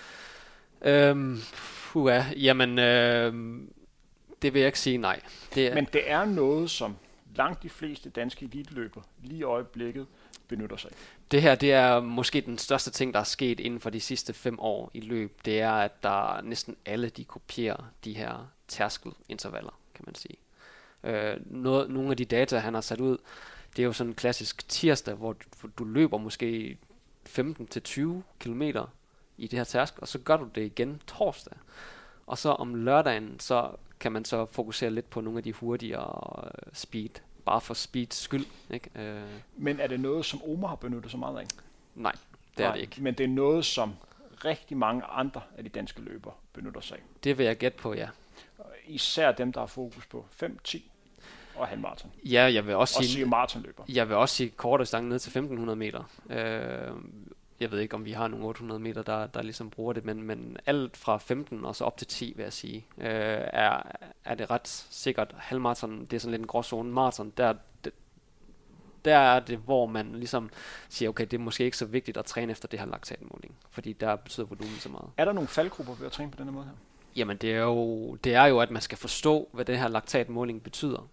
Øhm, uha, jamen, øh, det vil jeg ikke sige nej. Det er, Men det er noget, som langt de fleste danske eliteløbere lige i øjeblikket benytter sig af. Det her, det er måske den største ting, der er sket inden for de sidste fem år i løb. Det er, at der næsten alle, de kopierer de her tærskelintervaller, kan man sige. Øh, noget, nogle af de data, han har sat ud, det er jo sådan en klassisk tirsdag, hvor du, hvor du løber måske femten til tyve kilometer i det her tærskel, og så gør du det igen torsdag. Og så om lørdagen, så kan man så fokusere lidt på nogle af de hurtigere speed, bare for speeds skyld. Ikke? Øh. Men er det noget, som Omar har benyttet så meget af? Nej, det er Nej, det ikke. Men det er noget, som rigtig mange andre af de danske løbere benytter sig af. Det vil jeg gætte på, ja. Især dem, der har fokus på fem, ti og halvmaraton. Ja, jeg vil også, også sige maratonløber. Jeg vil også sige korte stange ned til femten hundrede meter. Øh, jeg ved ikke, om vi har nogle otte hundrede meter, der, der ligesom bruger det, men, men alt fra femten og så op til ti, vil jeg sige, øh, er, er det ret sikkert. Halvmaraton, det er sådan lidt en gråzone. Maraton, der, det, der er det, hvor man ligesom siger, okay, det er måske ikke så vigtigt at træne efter det her laktatmåling, fordi der betyder volumen så meget. Er der nogle faldgrupper ved at træne på denne måde her? Jamen, det er jo, det er jo at man skal forstå, hvad det her laktatmåling betyder.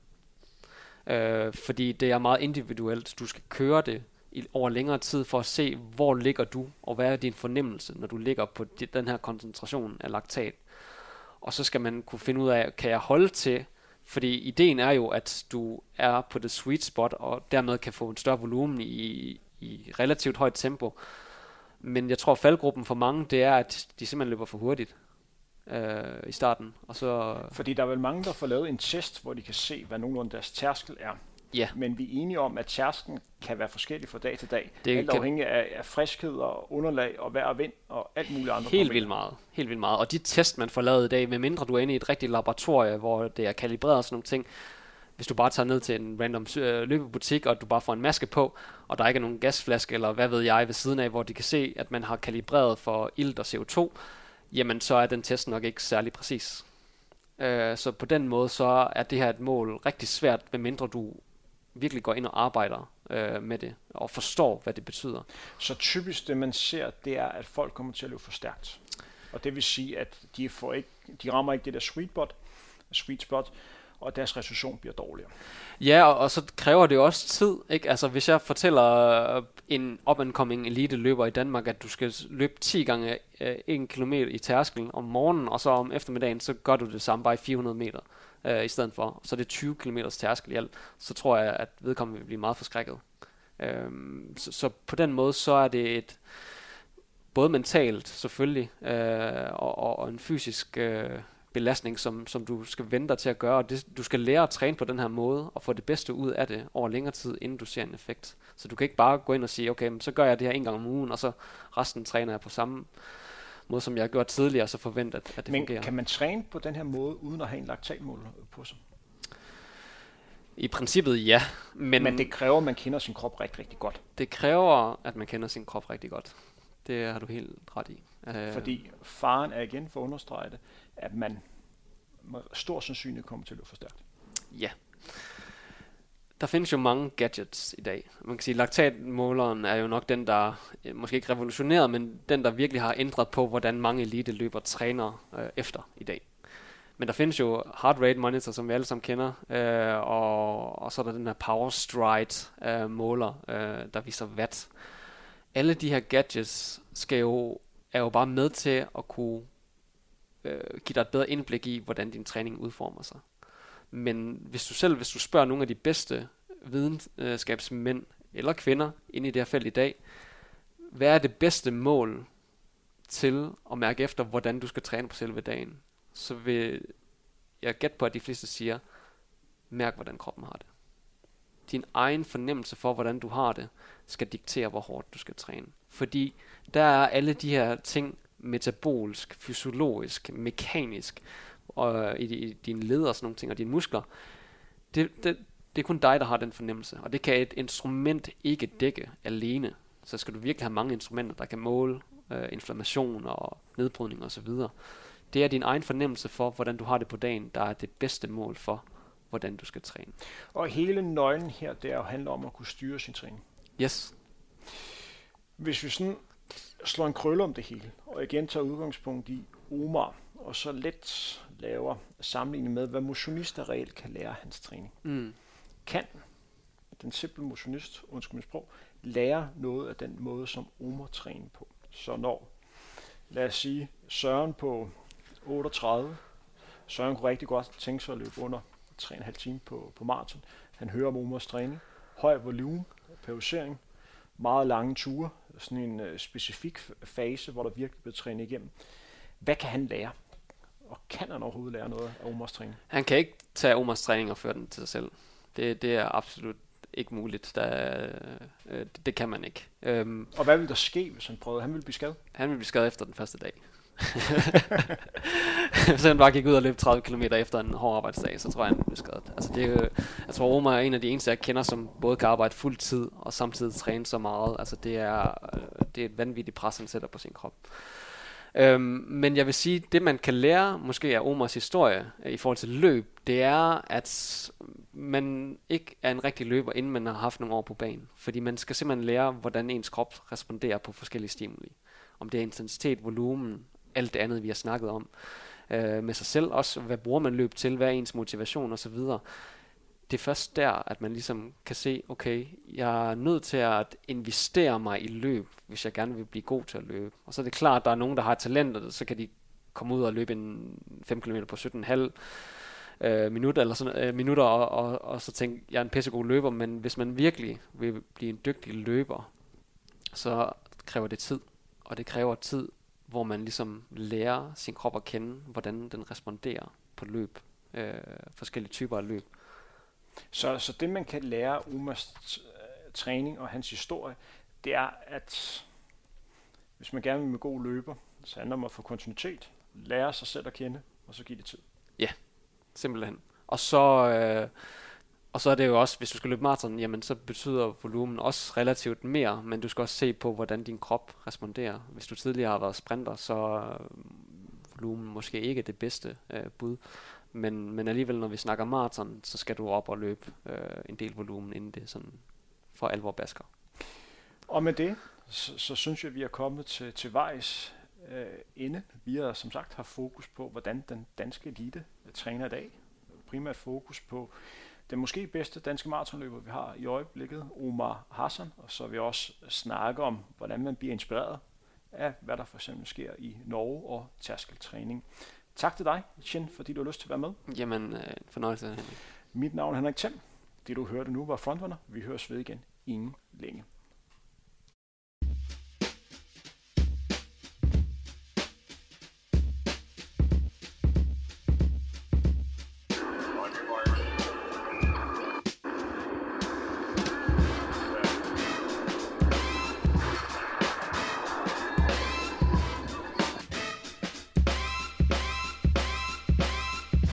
Øh, fordi det er meget individuelt. Du skal køre det i, over længere tid for at se, hvor ligger du, og hvad er din fornemmelse, når du ligger på de, den her koncentration af laktat. Og så skal man kunne finde ud af, kan jeg holde til, fordi ideen er jo, at du er på det sweet spot, og dermed kan få en større volumen i, i relativt højt tempo. Men jeg tror, faldgruppen for mange, det er, at de simpelthen løber for hurtigt øh, i starten. Og så fordi der er vel mange, der får lavet en test, hvor de kan se, hvad nogenlunde deres tærskel er. Ja. Men vi er enige om, at tærsklen kan være forskellig fra dag til dag. Det alt kan afhængig af, af friskhed og underlag og vejr og vind og alt muligt andet. Helt vildt meget. Helt vildt meget. Og de test, man får lavet i dag, medmindre du er inde i et rigtigt laboratorie, hvor det er kalibreret og sådan nogle ting. Hvis du bare tager ned til en random øh, løbebutik, og du bare får en maske på, og der ikke er nogen gasflaske, eller hvad ved jeg, ved siden af, hvor de kan se, at man har kalibreret for ilt og C O to, jamen så er den test nok ikke særlig præcis. Øh, så på den måde, så er det her et mål rigtig svært, medmindre du virkelig går ind og arbejder øh, med det, og forstår, hvad det betyder. Så typisk det, man ser, det er, at folk kommer til at løbe for stærkt. Og det vil sige, at de, får ikke, de rammer ikke det der sweet spot, sweet spot, og deres restitution bliver dårligere. Ja, og, og så kræver det jo også tid, ikke? Altså, hvis jeg fortæller en up-and-coming elite-løber i Danmark, at du skal løbe ti gange øh, en kilometer i tærskelen om morgenen, og så om eftermiddagen, så gør du det samme bare i fire hundrede meter øh, i stedet for. Så det er tyve kilometers tærskel i alt. Så tror jeg, at vedkommende vil blive meget forskrækket. Øhm, så, så på den måde, så er det et både mentalt selvfølgelig, øh, og, og, og en fysisk øh, belastning, som, som du skal vente dig til at gøre, og det, du skal lære at træne på den her måde, og få det bedste ud af det over længere tid, inden du ser en effekt. Så du kan ikke bare gå ind og sige, okay, så gør jeg det her en gang om ugen, og så resten træner jeg på samme måde, som jeg har gjort tidligere, og så forventer, at, at det Men fungerer. Kan man træne på den her måde, uden at have en laktatmål på sig? I princippet ja, men, men det kræver, at man kender sin krop rigtig, rigtig godt. Det kræver, at man kender sin krop rigtig godt. Det har du helt ret i. Fordi faren er igen, for at understrege det, at man med stor sandsynlighed kommer til at løbe for stærkt. Ja. Der findes jo mange gadgets i dag. Man kan sige, at laktatmåleren er jo nok den, der måske ikke revolutioneret, men den, der virkelig har ændret på, hvordan mange eliteløbere træner øh, efter i dag. Men der findes jo heart rate monitor, som vi alle sammen kender, øh, og, og så er der den her power stride øh, måler, øh, der viser watt. Alle de her gadgets skal jo, er jo bare med til at kunne øh, give dig et bedre indblik i, hvordan din træning udformer sig. Men hvis du selv, hvis du spørger nogle af de bedste videnskabsmænd eller kvinder inde i det her felt i dag, hvad er det bedste mål til at mærke efter, hvordan du skal træne på selve dagen, så vil jeg gætte på, at de fleste siger, mærk, hvordan kroppen har det. Din egen fornemmelse for, hvordan du har det, skal diktere, hvor hårdt du skal træne. Fordi der er alle de her ting, metabolsk, fysiologisk, mekanisk, og i, i dine leder og sådan nogle ting, og dine muskler, det, det, det er kun dig, der har den fornemmelse. Og det kan et instrument ikke dække alene. Så skal du virkelig have mange instrumenter, der kan måle øh, inflammation og nedbrydning og så videre. Det er din egen fornemmelse for, hvordan du har det på dagen, der er det bedste mål for, hvordan du skal træne. Og hele nøglen her, det er jo handler om at kunne styre sin træning. Yes. Hvis vi sådan slår en krølle om det hele, og igen tager udgangspunkt i Omar, og så lidt laver sammenligning med, hvad motionister reelt kan lære af hans træning. Mm. Kan den simple motionist, undskyld mit sprog, lære noget af den måde, som Omar træner på? Så når, lad os sige, Søren på otteogtredive, Søren kunne rigtig godt tænke sig at løbe under tre og en halv time på, på maraton. Han hører om Omars træning, høj volumen, periodisering, meget lange ture, sådan en øh, specifik fase, hvor der virkelig bliver trænet igennem. Hvad kan han lære? Og kan han overhovedet lære noget af Omars træning? Han kan ikke tage Omars træning og føre den til sig selv. Det, det er absolut ikke muligt. Der, øh, det, det kan man ikke. Øhm, og hvad vil der ske, hvis han prøvede? Han ville blive skadet? Han ville blive skadet efter den første dag. Hvis han bare gik ud og løb tredive kilometer efter en hård arbejdsdag, så tror jeg, han blev skadet. Altså det er, jeg tror, Omar er en af de eneste, jeg kender, som både kan arbejde fuld tid og samtidig træne så meget. Altså det er, det er et vanvittigt pres, han sætter på sin krop. Øhm, men jeg vil sige, det man kan lære måske af Omars historie øh, i forhold til løb, det er, at man ikke er en rigtig løber, inden man har haft nogle år på banen. Fordi man skal simpelthen lære, hvordan ens krop responderer på forskellige stimuli. Om det er intensitet, volumen, alt det andet, vi har snakket om øh, med sig selv. Også, hvad bruger man løb til, hvad er ens motivation osv. Det er først der, at man ligesom kan se, okay, jeg er nødt til at investere mig i løb, hvis jeg gerne vil blive god til at løbe. Og så er det klart, at der er nogen, der har talenter, så kan de komme ud og løbe en fem kilometer på sytten komma fem øh, minutter, eller sådan, øh, minutter og, og, og så tænke, jeg er en pissegod løber, men hvis man virkelig vil blive en dygtig løber, så kræver det tid. Og det kræver tid, hvor man ligesom lærer sin krop at kende, hvordan den responderer på løb, øh, forskellige typer af løb. Så, så det, man kan lære af Omars træning og hans historie, det er, at hvis man gerne vil med god løber, så handler det om at få kontinuitet, lære sig selv at kende, og så give det tid. Ja, simpelthen. Og så, øh, og så er det jo også, hvis du skal løbe maraton, jamen så betyder volumen også relativt mere, men du skal også se på, hvordan din krop responderer. Hvis du tidligere har været sprinter, så er volumen måske ikke det bedste øh, bud. Men, men alligevel, når vi snakker maraton, så skal du op og løbe øh, en del volumen, inden det sådan for alvor basker. Og med det, så, så synes jeg, at vi er kommet til, til vejs øh, ende. Vi har som sagt haft fokus på, hvordan den danske elite træner i dag. Primært fokus på den måske bedste danske maratonløber, vi har i øjeblikket, Omar Hassan. Og så vil vi også snakke om, hvordan man bliver inspireret af, hvad der for eksempel sker i Norge og tærskeltræning. Tak til dig, Chen, fordi du har lyst til at være med. Jamen, øh, fornøjelse. Mit navn er Henrik Thiem. Det du hørte nu var Frontrunner. Vi høres ved igen inden længe.